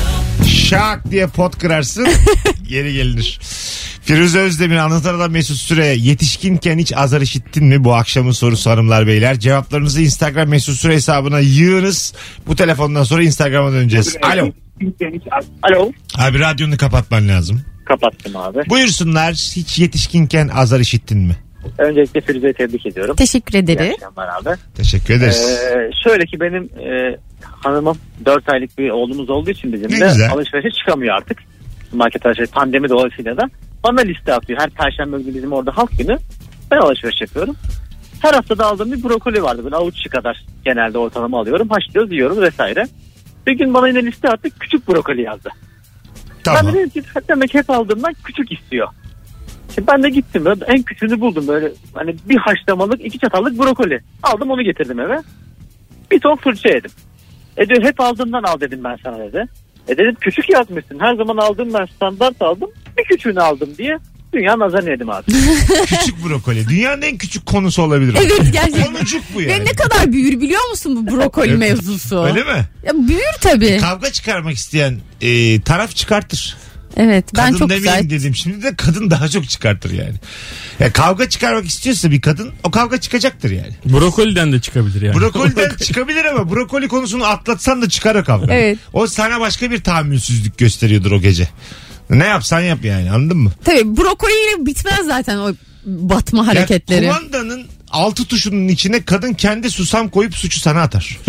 Speaker 2: Şak diye pot kırarsın geri gelinir. Firuze Özdemir anlatan adam Mesut Süre'ye yetişkinken hiç azar işittin mi bu akşamın sorusu hanımlar beyler. Cevaplarınızı Instagram Mesut Süre hesabına yığınız. Bu telefondan sonra Instagram'a döneceğiz. Alo.
Speaker 5: Alo.
Speaker 2: Abi radyonu kapatman lazım.
Speaker 5: Kapattım abi.
Speaker 2: Buyursunlar, hiç yetişkinken azar işittin mi?
Speaker 5: Öncelikle Firuze'yi tebrik ediyorum.
Speaker 3: Teşekkür
Speaker 5: İyi
Speaker 3: ederim.
Speaker 5: akşamlar abi.
Speaker 2: Teşekkür ederiz.
Speaker 5: Ee, şöyle ki benim e, hanımım dört aylık bir oğlumuz olduğu için bizim
Speaker 2: Ne
Speaker 5: de
Speaker 2: güzel.
Speaker 5: alışverişe çıkamıyor artık. Market alışverişi pandemi dolayısıyla da bana liste atıyor. Her perşembe günü bizim orada halk günü ben alışveriş yapıyorum. Her haftada aldığım bir brokoli vardı. Böyle avuç içi kadar genelde ortalama alıyorum. Haşlıyoruz, yiyoruz vesaire. Bir gün bana yine liste attı. Küçük brokoli yazdı.
Speaker 2: Tamam.
Speaker 5: Ben de dedim ki demek hep aldığımdan küçük istiyor. Şimdi ben de gittim. Böyle en küçüğünü buldum. Böyle hani bir haşlamalık iki çatallık brokoli. Aldım onu getirdim eve. Bir ton fırça yedim. E diyor hep aldığımdan al dedim ben sana dedi. E dedim küçük yazmışsın. Her zaman aldığım ben standart aldım. Bir küçüğünü aldım diye. Dünya nazarını yedim abi.
Speaker 2: Küçük brokoli. Dünyanın en küçük konusu olabilir.
Speaker 3: Evet gerçekten.
Speaker 2: Konucuk bu yani.
Speaker 3: Ve ne kadar büyür biliyor musun bu brokoli
Speaker 2: Evet.
Speaker 3: mevzusu?
Speaker 2: Öyle mi?
Speaker 3: Ya büyür tabii.
Speaker 2: Kavga çıkarmak isteyen e, taraf çıkartır.
Speaker 3: Evet ben
Speaker 2: Kadın
Speaker 3: çok
Speaker 2: demeyeyim
Speaker 3: güzel.
Speaker 2: dedim. Şimdi de kadın daha çok çıkartır yani. Ya kavga çıkarmak istiyorsa bir kadın o kavga çıkacaktır yani.
Speaker 4: Brokoliden de çıkabilir yani.
Speaker 2: Brokoliden çıkabilir ama brokoli konusunu atlatsan da çıkar o kavga.
Speaker 3: Evet.
Speaker 2: O sana başka bir tahammülsüzlük gösteriyordur o gece. Ne yapsan yap yani, anladın mı?
Speaker 3: Tabii brokoliyle bitmez zaten o batma hareketleri.
Speaker 2: Ya kumandanın altı tuşunun içine kadın kendi susam koyup suçu sana atar.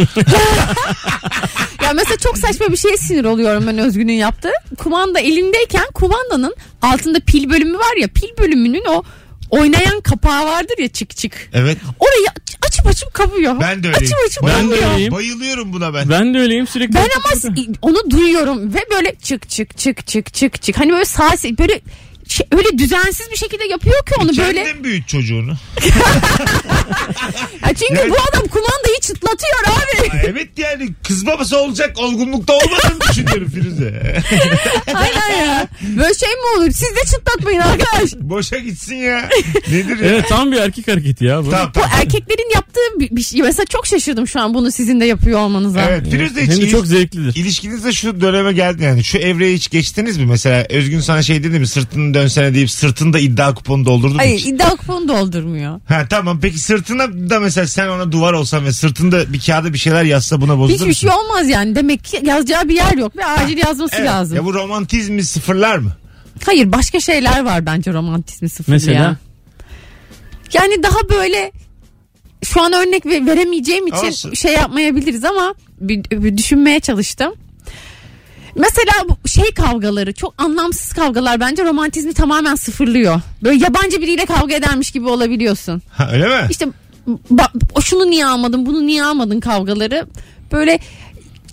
Speaker 3: Ya mesela çok saçma bir şeye sinir oluyorum ben Özgün'ün yaptığı. Kumanda elindeyken kumandanın altında pil bölümü var ya, pil bölümünün o oynayan kapağı vardır ya, çık çık.
Speaker 2: Evet.
Speaker 3: Orayı açıp açıp kapıyor.
Speaker 2: Ben de öyleyim.
Speaker 3: Açıp açıp
Speaker 4: Ben de
Speaker 3: kapıyor.
Speaker 4: öyleyim.
Speaker 2: Bayılıyorum buna ben.
Speaker 4: Ben de öyleyim sürekli.
Speaker 3: Ben ama onu duyuyorum ve böyle çık çık çık çık çık çık. Hani böyle sağ böyle şey, öyle düzensiz bir şekilde yapıyor ki onu böyle.
Speaker 2: Kendin büyüt çocuğunu.
Speaker 3: Ya çünkü
Speaker 2: Yani-
Speaker 3: bu adam kumandayı çıtlatıyor abi.
Speaker 2: Ay, evet yani kız babası olacak olgunlukta olmadığını düşünüyorum Firuze.
Speaker 3: Aynen ya. Böyle şey mi olur? Siz de çıtlatmayın arkadaş.
Speaker 2: Boşa gitsin ya. Nedir ya?
Speaker 4: Evet tam bir erkek hareketi ya. Bu.
Speaker 2: Tamam,
Speaker 3: Bu
Speaker 2: tamam.
Speaker 3: erkeklerin yaptığı bir, bir şey. Mesela çok şaşırdım şu an bunu sizin de yapıyor olmanıza.
Speaker 2: Evet Firuze hiç
Speaker 4: Hem de
Speaker 2: iliş-
Speaker 4: çok zevklidir.
Speaker 2: ilişkinizde şu döneme geldi yani. Şu evreye hiç geçtiniz mi? Mesela Özgün sana şey dedi mi? Sırtını dönsene deyip sırtında iddia kuponu doldurdun mu
Speaker 3: Hayır,
Speaker 2: hiç?
Speaker 3: iddia kuponu doldurmuyor.
Speaker 2: Ha tamam, peki sırtına da mesela sen ona duvar olsan ve sırtında bir kağıda bir şeyler yazsa buna bozulur
Speaker 3: Hiçbir
Speaker 2: musun?
Speaker 3: şey olmaz yani. Demek ki yazacağı bir yer yok ve acil yazması
Speaker 2: Evet.
Speaker 3: lazım.
Speaker 2: Ya bu romantizmi sıfırlar mı?
Speaker 3: Hayır, başka şeyler var bence romantizmi sıfırlayan.
Speaker 4: Mesela?
Speaker 3: Yani daha böyle şu an örnek ve- veremeyeceğim için
Speaker 2: Olsun.
Speaker 3: şey yapmayabiliriz ama bir, bir düşünmeye çalıştım. Mesela bu şey kavgaları, çok anlamsız kavgalar bence romantizmi tamamen sıfırlıyor. Böyle yabancı biriyle kavga edermiş gibi olabiliyorsun.
Speaker 2: Ha, öyle mi?
Speaker 3: İşte ba- o şunu niye almadın, bunu niye almadın kavgaları böyle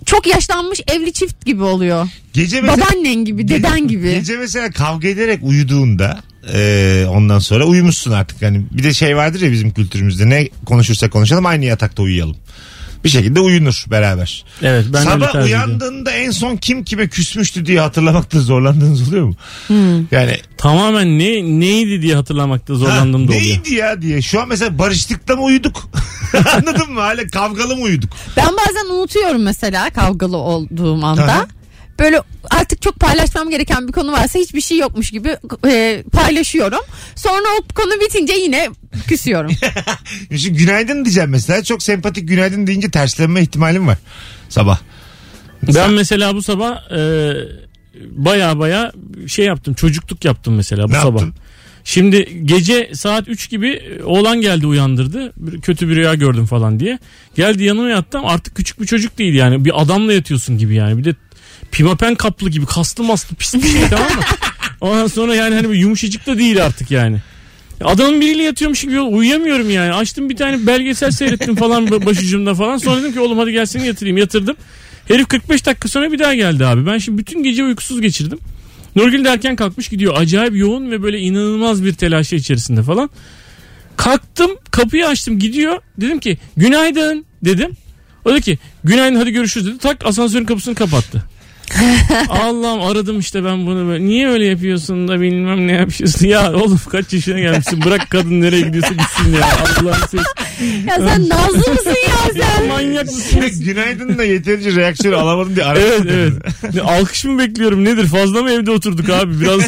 Speaker 3: çok yaşlanmış evli çift gibi oluyor.
Speaker 2: Gece mesela,
Speaker 3: babaannen gibi, deden gibi.
Speaker 2: Gece mesela kavga ederek uyuduğunda e, ondan sonra uyumuşsun artık. Yani bir de şey vardır ya bizim kültürümüzde, ne konuşursak konuşalım aynı yatakta uyuyalım. Bir şekilde uyunur beraber.
Speaker 4: Evet, ben
Speaker 2: sabah uyandığında en son kim kime küsmüştü diye hatırlamakta zorlandığınız oluyor mu? Hmm. Yani
Speaker 4: tamamen ne neydi diye hatırlamakta zorlandım ha, da oluyor.
Speaker 2: Neydi ya diye. Şu an mesela barıştıkta mı uyuduk? Anladın mı? Hala kavgalı mı uyuduk?
Speaker 3: Ben bazen unutuyorum mesela kavgalı olduğum anda. Aha. Böyle artık çok paylaşmam gereken bir konu varsa hiçbir şey yokmuş gibi e, paylaşıyorum. Sonra o konu bitince yine küsüyorum.
Speaker 2: Şu günaydın diyeceğim mesela. Çok sempatik günaydın deyince terslenme ihtimalim var sabah.
Speaker 4: Ben Sa- mesela bu sabah e, baya baya şey yaptım. Çocukluk yaptım mesela bu
Speaker 2: ne
Speaker 4: sabah.
Speaker 2: Yaptın?
Speaker 4: Şimdi gece saat üç gibi oğlan geldi uyandırdı. Kötü bir rüya gördüm falan diye. Geldi yanıma yattım. Artık küçük bir çocuk değil yani. Bir adamla yatıyorsun gibi yani. Bir de pimapen kaplı gibi kaslı maslı pis bir şey, tamam mı? Ondan sonra yani hani yumuşacık da değil artık yani. Adamın biriyle yatıyormuş gibi uyuyamıyorum yani. Açtım bir tane belgesel seyrettim falan başucumda falan. Sonra dedim ki oğlum hadi gel seni yatırayım. Yatırdım. Herif kırk beş dakika sonra bir daha geldi abi. Ben şimdi bütün gece uykusuz geçirdim. Nurgül de erken kalkmış gidiyor. Acayip yoğun ve böyle inanılmaz bir telaşı içerisinde falan. Kalktım, kapıyı açtım, gidiyor. Dedim ki günaydın dedim. O dedi ki günaydın hadi görüşürüz dedi. Tak asansörün kapısını kapattı. Allah'ım aradım işte ben bunu böyle. Niye öyle yapıyorsun da bilmem ne yapıyorsun. Ya oğlum kaç yaşına gelmişsin, bırak kadın nereye gidiyorsa gitsin ya. Allah'ım ses.
Speaker 3: Ya sen nazlı mısın ya sen?
Speaker 4: Manyak mısın?
Speaker 2: Günaydın da yeterince reaksiyon alamadım diye aradım.
Speaker 4: Evet evet. Ne, alkış mı bekliyorum nedir, fazla mı evde oturduk abi biraz.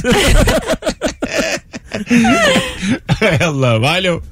Speaker 2: Hay Allah. Alo.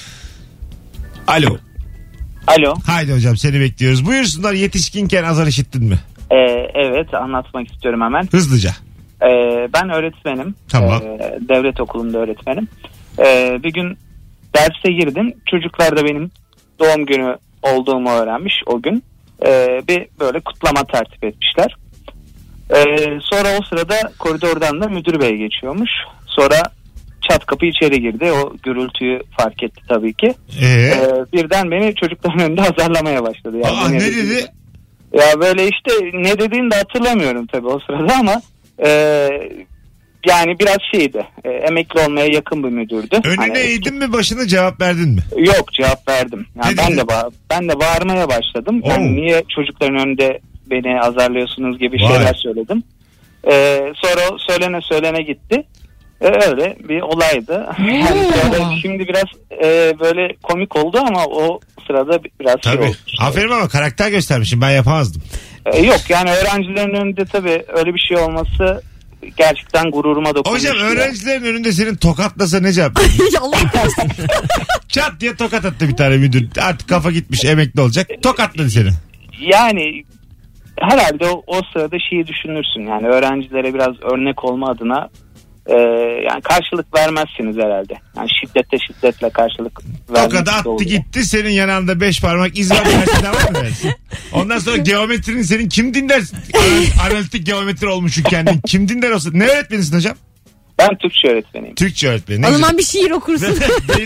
Speaker 2: Alo.
Speaker 5: Alo.
Speaker 2: Haydi hocam seni bekliyoruz. Buyursunlar, yetişkinken azar işittin mi?
Speaker 5: Ee, evet anlatmak istiyorum hemen.
Speaker 2: Hızlıca.
Speaker 5: Ee, ben öğretmenim.
Speaker 2: Tamam.
Speaker 5: Ee, devlet okulunda öğretmenim. Ee, bir gün derse girdim. Çocuklar da benim doğum günü olduğumu öğrenmiş o gün. Ee, bir böyle kutlama tertip etmişler. Ee, sonra o sırada koridordan da müdür bey geçiyormuş. Sonra çat kapı içeri girdi. O gürültüyü fark etti tabii ki.
Speaker 2: Ee?
Speaker 5: Ee, birden beni çocukların önünde azarlamaya başladı. Yani
Speaker 2: Aa, ne dedi? dedi?
Speaker 5: Ya böyle işte ne dediğini de hatırlamıyorum tabii o sırada ama e, yani biraz şeydi. E, emekli olmaya yakın bir müdürdü.
Speaker 2: Önüne
Speaker 5: hani,
Speaker 2: eğdin mi başına cevap verdin mi?
Speaker 5: Yok cevap verdim. Yani
Speaker 2: ne
Speaker 5: ben
Speaker 2: dedi?
Speaker 5: de ba- ben de bağırmaya başladım.
Speaker 2: Oo.
Speaker 5: Yani niye çocukların önünde beni azarlıyorsunuz gibi
Speaker 2: Vay.
Speaker 5: şeyler söyledim. E, sonra söylene söylene gitti. E, öyle bir olaydı. Yani sonra şimdi biraz e, böyle komik oldu ama o sırada biraz
Speaker 2: tabii.
Speaker 5: şey oldu.
Speaker 2: Aferin ama karakter göstermişim, ben yapamazdım.
Speaker 5: E, yok yani öğrencilerin önünde tabii öyle bir şey olması gerçekten gururuma dokunmuş.
Speaker 2: Hocam öğrencilerin önünde senin tokatlasa ne cevap?
Speaker 3: Allah kahretsin.
Speaker 2: Çat diye tokat attı bir tane müdür. Artık kafa gitmiş, emekli olacak. Tokatladı seni.
Speaker 5: Yani herhalde o, o sırada şeyi düşünürsün yani öğrencilere biraz örnek olma adına e, yani karşılık vermezsiniz herhalde. Yani şiddetle şiddetle karşılık vermek.
Speaker 2: Tokadı attı
Speaker 5: oluyor.
Speaker 2: gitti, senin yanında beş parmak iz var. Var mı? Ondan sonra geometrinin senin kim dinler? Analitik geometri olmuşsun kendin. Kim dinler olsun? Ne öğretmenisin hocam?
Speaker 5: Ben Türkçe öğretmeniyim.
Speaker 2: Türkçe öğretmeni.
Speaker 3: O zaman bir şiir okursun.
Speaker 2: belli,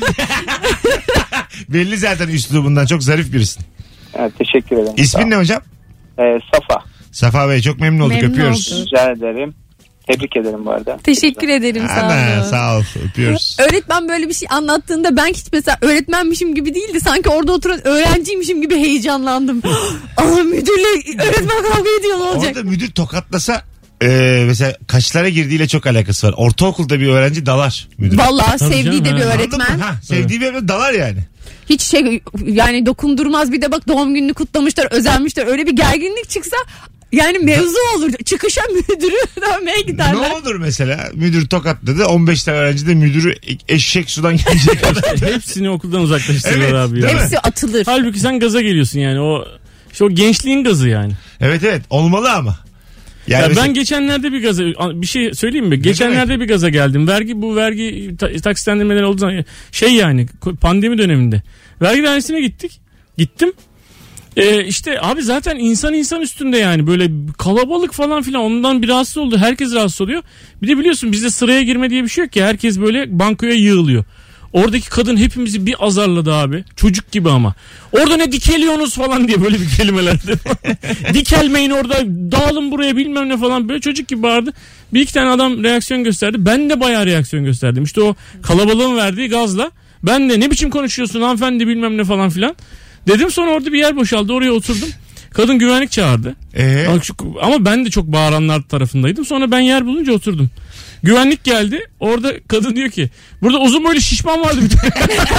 Speaker 2: belli zaten üslubundan, çok zarif birisin.
Speaker 5: Evet, teşekkür ederim.
Speaker 2: İsmin ne hocam?
Speaker 5: Ee, Safa.
Speaker 2: Safa Bey çok memnun olduk,
Speaker 3: Memnun
Speaker 2: öpüyoruz.
Speaker 3: oldum.
Speaker 5: Rica ederim. Tebrik ederim bu arada.
Speaker 3: Teşekkür ederim, sağ
Speaker 2: Ana,
Speaker 3: olun.
Speaker 2: sağ ol, öpüyoruz.
Speaker 3: Öğretmen böyle bir şey anlattığında ben hiç mesela öğretmenmişim gibi değildi. Sanki orada oturan öğrenciymişim gibi heyecanlandım. Aa, müdürle öğretmen kavga ediyor, ne olacak?
Speaker 2: Orada müdür tokatllasa e, mesela kaçlara girdiğiyle çok alakası var. Ortaokulda bir öğrenci dalar müdür.
Speaker 3: Vallahi
Speaker 4: Tabii
Speaker 3: sevdiği
Speaker 4: canım,
Speaker 3: de bir
Speaker 4: ha.
Speaker 3: öğretmen.
Speaker 2: Ha, sevdiği bir öğretmen dalar yani.
Speaker 3: Hiç şey yani dokundurmaz, bir de bak doğum gününü kutlamışlar, özenmişler. Öyle bir gerginlik çıksa yani mevzu olur. Çıkışa müdürü dövmeye giderler.
Speaker 2: Ne olur mesela müdür tokatladı, on beş tane öğrenci de müdürü eşek sudan gelecek kadar.
Speaker 4: Hepsini okuldan uzaklaştırıyorlar
Speaker 2: Evet,
Speaker 4: abi ya.
Speaker 2: değil mi?
Speaker 3: Hepsi atılır.
Speaker 4: Halbuki sen gaza geliyorsun yani, o işte o gençliğin gazı yani.
Speaker 2: Evet evet, olmalı ama. Yani
Speaker 4: Ya
Speaker 2: mesela-
Speaker 4: ben geçenlerde bir gaza, bir şey söyleyeyim mi? Geçenlerde bir gaza geldim. Vergi, bu vergi ta- taksitlendirmeler olduğu zaman şey yani pandemi döneminde. Vergi dairesine gittik. Gittim. Ee, işte abi zaten insan insan üstünde yani, böyle kalabalık falan filan, ondan bir rahatsız oldu. Herkes rahatsız oluyor. Bir de biliyorsun bizde sıraya girme diye bir şey yok ki, herkes böyle bankoya yığılıyor. Oradaki kadın hepimizi bir azarladı abi. Çocuk gibi ama. Orada ne dikeliyorsunuz falan diye böyle bir kelimelerdi. Dikelmeyin orada, dağılın buraya bilmem ne falan, böyle çocuk gibi bağırdı. Bir iki tane adam reaksiyon gösterdi. Ben de bayağı reaksiyon gösterdim. İşte o kalabalığın verdiği gazla. Ben de ne biçim konuşuyorsun hanımefendi bilmem ne falan filan. Dedim, sonra orada bir yer boşaldı, oraya oturdum. Kadın güvenlik çağırdı.
Speaker 2: Ee?
Speaker 4: Ama ben de çok bağıranlar tarafındaydım. Sonra ben yer bulunca oturdum. Güvenlik geldi. Orada kadın diyor ki burada uzun boylu şişman vardı bir tane.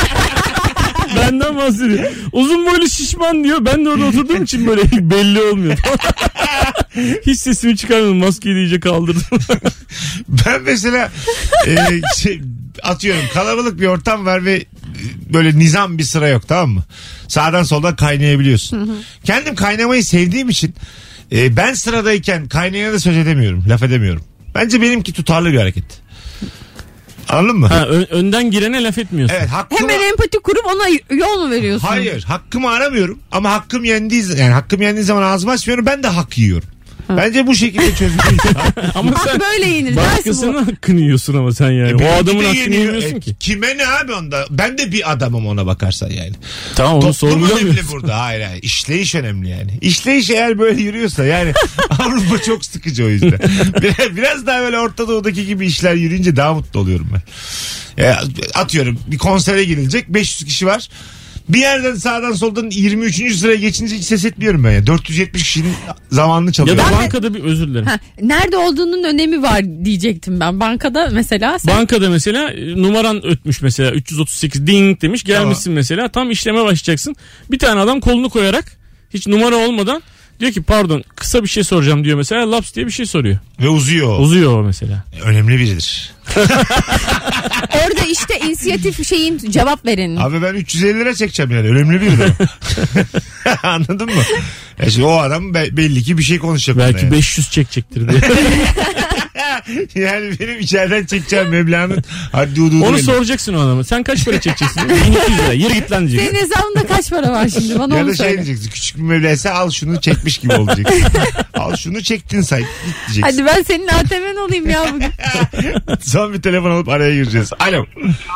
Speaker 4: Benden bahsediyor. Uzun boylu şişman diyor. Ben de orada oturduğum için böyle belli olmuyor. Hiç sesimi çıkarmadım. Maskeyi de iyice kaldırdım.
Speaker 2: Ben mesela e, şey, atıyorum kalabalık bir ortam var ve böyle nizam bir sıra yok, tamam mı? Sağdan soldan kaynayabiliyorsun. Hı hı. Kendim kaynamayı sevdiğim için e, ben sıradayken kaynayana da söz edemiyorum. Laf edemiyorum. Bence benimki tutarlı bir hareket. Anladın mı?
Speaker 4: Ha, ö- önden girene laf etmiyorsun.
Speaker 2: Evet, hakkımı...
Speaker 3: Hemen empati kurup ona yol mu veriyorsun?
Speaker 2: Hayır, hakkımı aramıyorum ama hakkım yendiği yani hakkım yendiği zaman ağzımı açmıyorum, ben de hak yiyorum. Ha. Bence bu şekilde çözülüyor.
Speaker 3: Ama sen böyle yenir.
Speaker 4: Başkasının hakkını yiyorsun ama sen yani. E, o adamın hakkını yemiyorsun e, ki.
Speaker 2: Kime ne abi onda? Ben de bir adamım ona bakarsan yani.
Speaker 4: Tamam, onu sorgulamıyorsun.
Speaker 2: önemli burada. Hayır hayır. İşleyiş önemli yani. İşleyiş eğer böyle yürüyorsa yani Avrupa çok sıkıcı o yüzden. Biraz, biraz daha böyle Orta Doğu'daki gibi işler yürüyünce daha mutlu oluyorum ben. E, atıyorum bir konsere girilecek, beş yüz kişi var. Bir yerden sağdan soldan yirmi üçüncü sıraya geçince hiç ses etmiyorum ben ya. dört yüz yetmiş kişinin zamanını çalıyor.
Speaker 4: Ya da
Speaker 3: ben
Speaker 4: bankada bir özür dilerim.
Speaker 3: Ha, nerede olduğunun önemi var diyecektim ben. Bankada mesela. Sen...
Speaker 4: Bankada mesela numaran ötmüş mesela üç yüz otuz sekiz ding demiş, gelmişsin tamam. Mesela tam işleme başlayacaksın. Bir tane adam kolunu koyarak hiç numara olmadan diyor ki pardon kısa bir şey soracağım diyor mesela, laps diye bir şey soruyor.
Speaker 2: Ve uzuyor.
Speaker 4: Uzuyor o mesela.
Speaker 2: Önemli biridir.
Speaker 3: Orada işte inisiyatif şeyin cevap verenin.
Speaker 2: Abi ben üç yüz elli lira çekeceğim yani. Önemli biridir. Anladın mı? E şimdi o adam belli ki bir şey konuşacak.
Speaker 4: Belki
Speaker 2: yani.
Speaker 4: beş yüz çekecektir diye.
Speaker 2: Yani benim içeriden çekeceğim meblağın haddi hududu.
Speaker 4: Onu
Speaker 2: belli.
Speaker 4: Soracaksın o adama. Sen kaç para çekeceksin? bin iki yüz lira. Yürü git lan diyeceksin.
Speaker 3: Senin hesabında kaç para var şimdi? Bana
Speaker 2: ya
Speaker 3: onu
Speaker 2: da şey
Speaker 3: söyle.
Speaker 2: diyeceksin. Küçük bir meblağsa al şunu çekmiş gibi olacaksın. Al şunu çektin say. Diyeceksin.
Speaker 3: Hadi ben senin A T M'in olayım ya bugün.
Speaker 2: Son bir telefon alıp araya gireceğiz. Alo.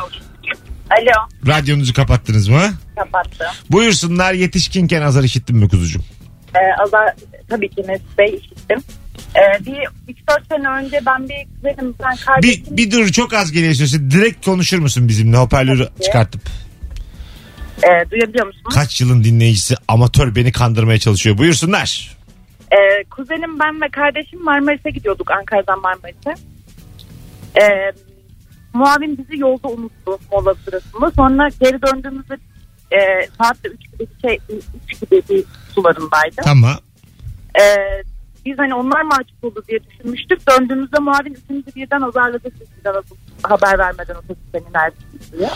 Speaker 7: Alo.
Speaker 2: Radyonuzu kapattınız mı?
Speaker 7: Kapattım.
Speaker 2: Buyursunlar, yetişkinken azar işittin mi kuzucuğum?
Speaker 7: Ee, azar tabii ki Mesut Bey işittim. Ee, bir üç dört sene önce ben bir kuzenim, ben kardeşim...
Speaker 2: Bir, bir dur, çok az geliyor sesi. Direkt konuşur musun bizimle hoparlörü
Speaker 7: Tabii.
Speaker 2: çıkartıp?
Speaker 7: Ee, duyabiliyor musunuz?
Speaker 2: Kaç yılın dinleyicisi amatör beni kandırmaya çalışıyor. Buyursunlar.
Speaker 7: Ee, kuzenim, ben ve kardeşim Marmaris'e gidiyorduk, Ankara'dan Marmaris'e. Ee, muavin bizi yolda unuttu mola sırasında. Sonra geri döndüğümüzde e, saatte üç gibi bir şey, üç gibi bir sularındaydı.
Speaker 2: Tamam.
Speaker 7: Ee, biz hani onlar mahcup oldu diye düşünmüştük. Döndüğümüzde muavin üçümüzü birden azarladı. Sizden haber vermeden otobüsten inersiniz diye.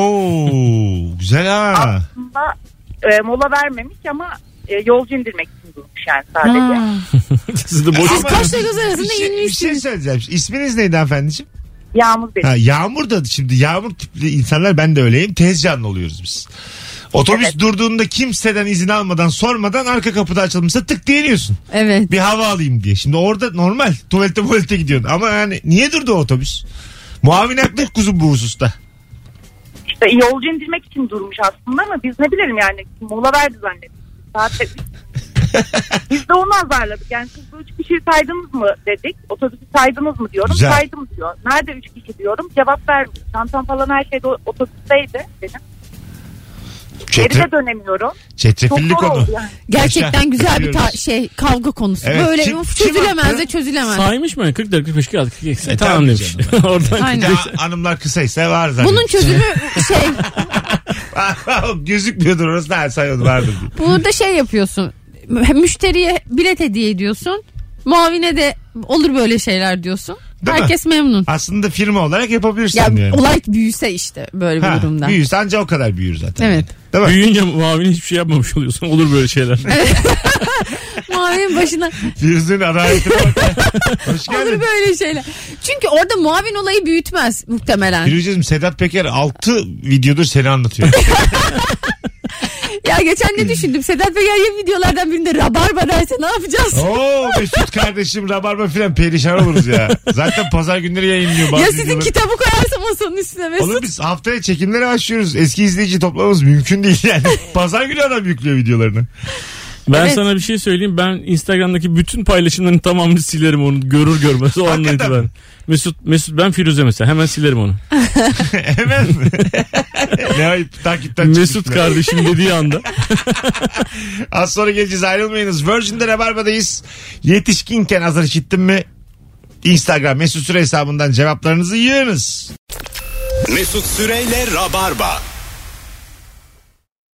Speaker 2: Oo, güzel ha.
Speaker 7: Aslında e, mola vermemiş ama e, yolcu indirmek için durmuş yani sadece.
Speaker 4: Siz de boş.
Speaker 3: Siz kaşla göz arasında
Speaker 2: bir şey, bir şey
Speaker 3: inmişsiniz.
Speaker 2: söyleyeceğim. İsminiz neydi hanımefendiciğim?
Speaker 7: Yağmur benim.
Speaker 2: Ha, Yağmur da şimdi Yağmur tipli insanlar, ben de öyleyim. Tez canlı oluyoruz biz. Otobüs evet. durduğunda kimseden izin almadan, sormadan arka kapıda açılmışsa tık diye iniyorsun.
Speaker 3: Evet.
Speaker 2: Bir hava alayım diye. Şimdi orada normal tuvalete tuvalete gidiyorsun. Ama yani niye durdu o otobüs? Muavin haklı kuzum bu hususta.
Speaker 7: İşte yolcu indirmek için durmuş aslında ama biz ne bilelim yani, mola verdi zannettik. Saatte biz de onu azarladık. Yani siz bu üç kişiyi saydınız mı dedik. Otobüsü saydınız mı diyorum.
Speaker 2: Güzel.
Speaker 7: Saydım diyor. Nerede üç kişi diyorum. Cevap vermiyor. Çantam falan her şey de otobüsteydi benim. Geri de dönemiyorum.
Speaker 2: Çetrefilli
Speaker 7: Çok zor
Speaker 2: konu.
Speaker 7: oldu yani.
Speaker 3: Gerçekten
Speaker 2: Yaşa,
Speaker 3: güzel bir ta-
Speaker 2: biliyoruz.
Speaker 3: şey kavga konusu.
Speaker 2: Evet,
Speaker 3: Böyle
Speaker 2: kim-
Speaker 3: uf,
Speaker 2: kim
Speaker 3: çözülemez
Speaker 2: attı?
Speaker 3: de çözülemez.
Speaker 4: Saymış mı? kırk dört kırk beş kırk altı kırk yedi.
Speaker 2: E,
Speaker 4: tamam
Speaker 2: tabii
Speaker 4: demiş.
Speaker 2: canım.
Speaker 4: Oradan
Speaker 3: Aynen.
Speaker 2: Ya, hanımlar kısaysa var zaten.
Speaker 3: Bunun çözümü şey,
Speaker 2: gözükmüyordur orası. Her sayıyordu vardır.
Speaker 3: burada şey yapıyorsun. Müşteriye bilet hediye ediyorsun. Muavine de olur böyle şeyler diyorsun.
Speaker 2: Değil
Speaker 3: Herkes
Speaker 2: mi?
Speaker 3: memnun.
Speaker 2: Aslında firma olarak yapabilirsin
Speaker 3: Ya
Speaker 2: yani.
Speaker 3: olay büyüse işte böyle bir
Speaker 2: Ha,
Speaker 3: durumda.
Speaker 2: büyürse anca o kadar büyür zaten.
Speaker 3: Evet.
Speaker 2: Değil mi?
Speaker 4: büyüyünce muavini hiçbir şey yapmamış oluyorsun. Olur böyle şeyler.
Speaker 3: Muavinin başına
Speaker 2: Firuz'un adaletine bak. Hoş
Speaker 3: olur
Speaker 2: geldin.
Speaker 3: böyle şeyler. Çünkü orada muavin olayı büyütmez muhtemelen.
Speaker 2: Firuz'cığım, Sedat Peker altı videodur seni anlatıyor.
Speaker 3: Ya geçen ne düşündüm? Sedat Peker ya videolardan birinde rabarba derse ne yapacağız?
Speaker 2: Oo Mesut kardeşim rabarba filan perişan oluruz ya. Zaten pazar günleri yayınlıyor. Bazı
Speaker 3: Ya sizin
Speaker 2: videoları.
Speaker 3: kitabı koyarsa masanın üstüne Mesut.
Speaker 2: Oğlum biz haftaya çekimlere başlıyoruz. Eski izleyici toplamamız mümkün değil yani. Pazar günü adam yüklüyor videolarını.
Speaker 4: Ben
Speaker 3: Evet.
Speaker 4: sana bir şey söyleyeyim. Ben Instagram'daki bütün paylaşımların tamamını silerim onu görür görmez o andan
Speaker 2: Hakikaten
Speaker 4: itibaren. Mesut Mesut ben Firuze mesela hemen silerim onu.
Speaker 2: Hemen mi? Ne ayıp takipten
Speaker 4: Mesut
Speaker 2: çıkmışlar.
Speaker 4: kardeşim dediği anda.
Speaker 2: Az sonra geleceğiz, ayrılmayınız. Virgin'de Rabarba'dayız. Yetişkinken azar işittin mi? Instagram Mesut Süre hesabından cevaplarınızı yığınız.
Speaker 1: Mesut Süreyle Rabarba.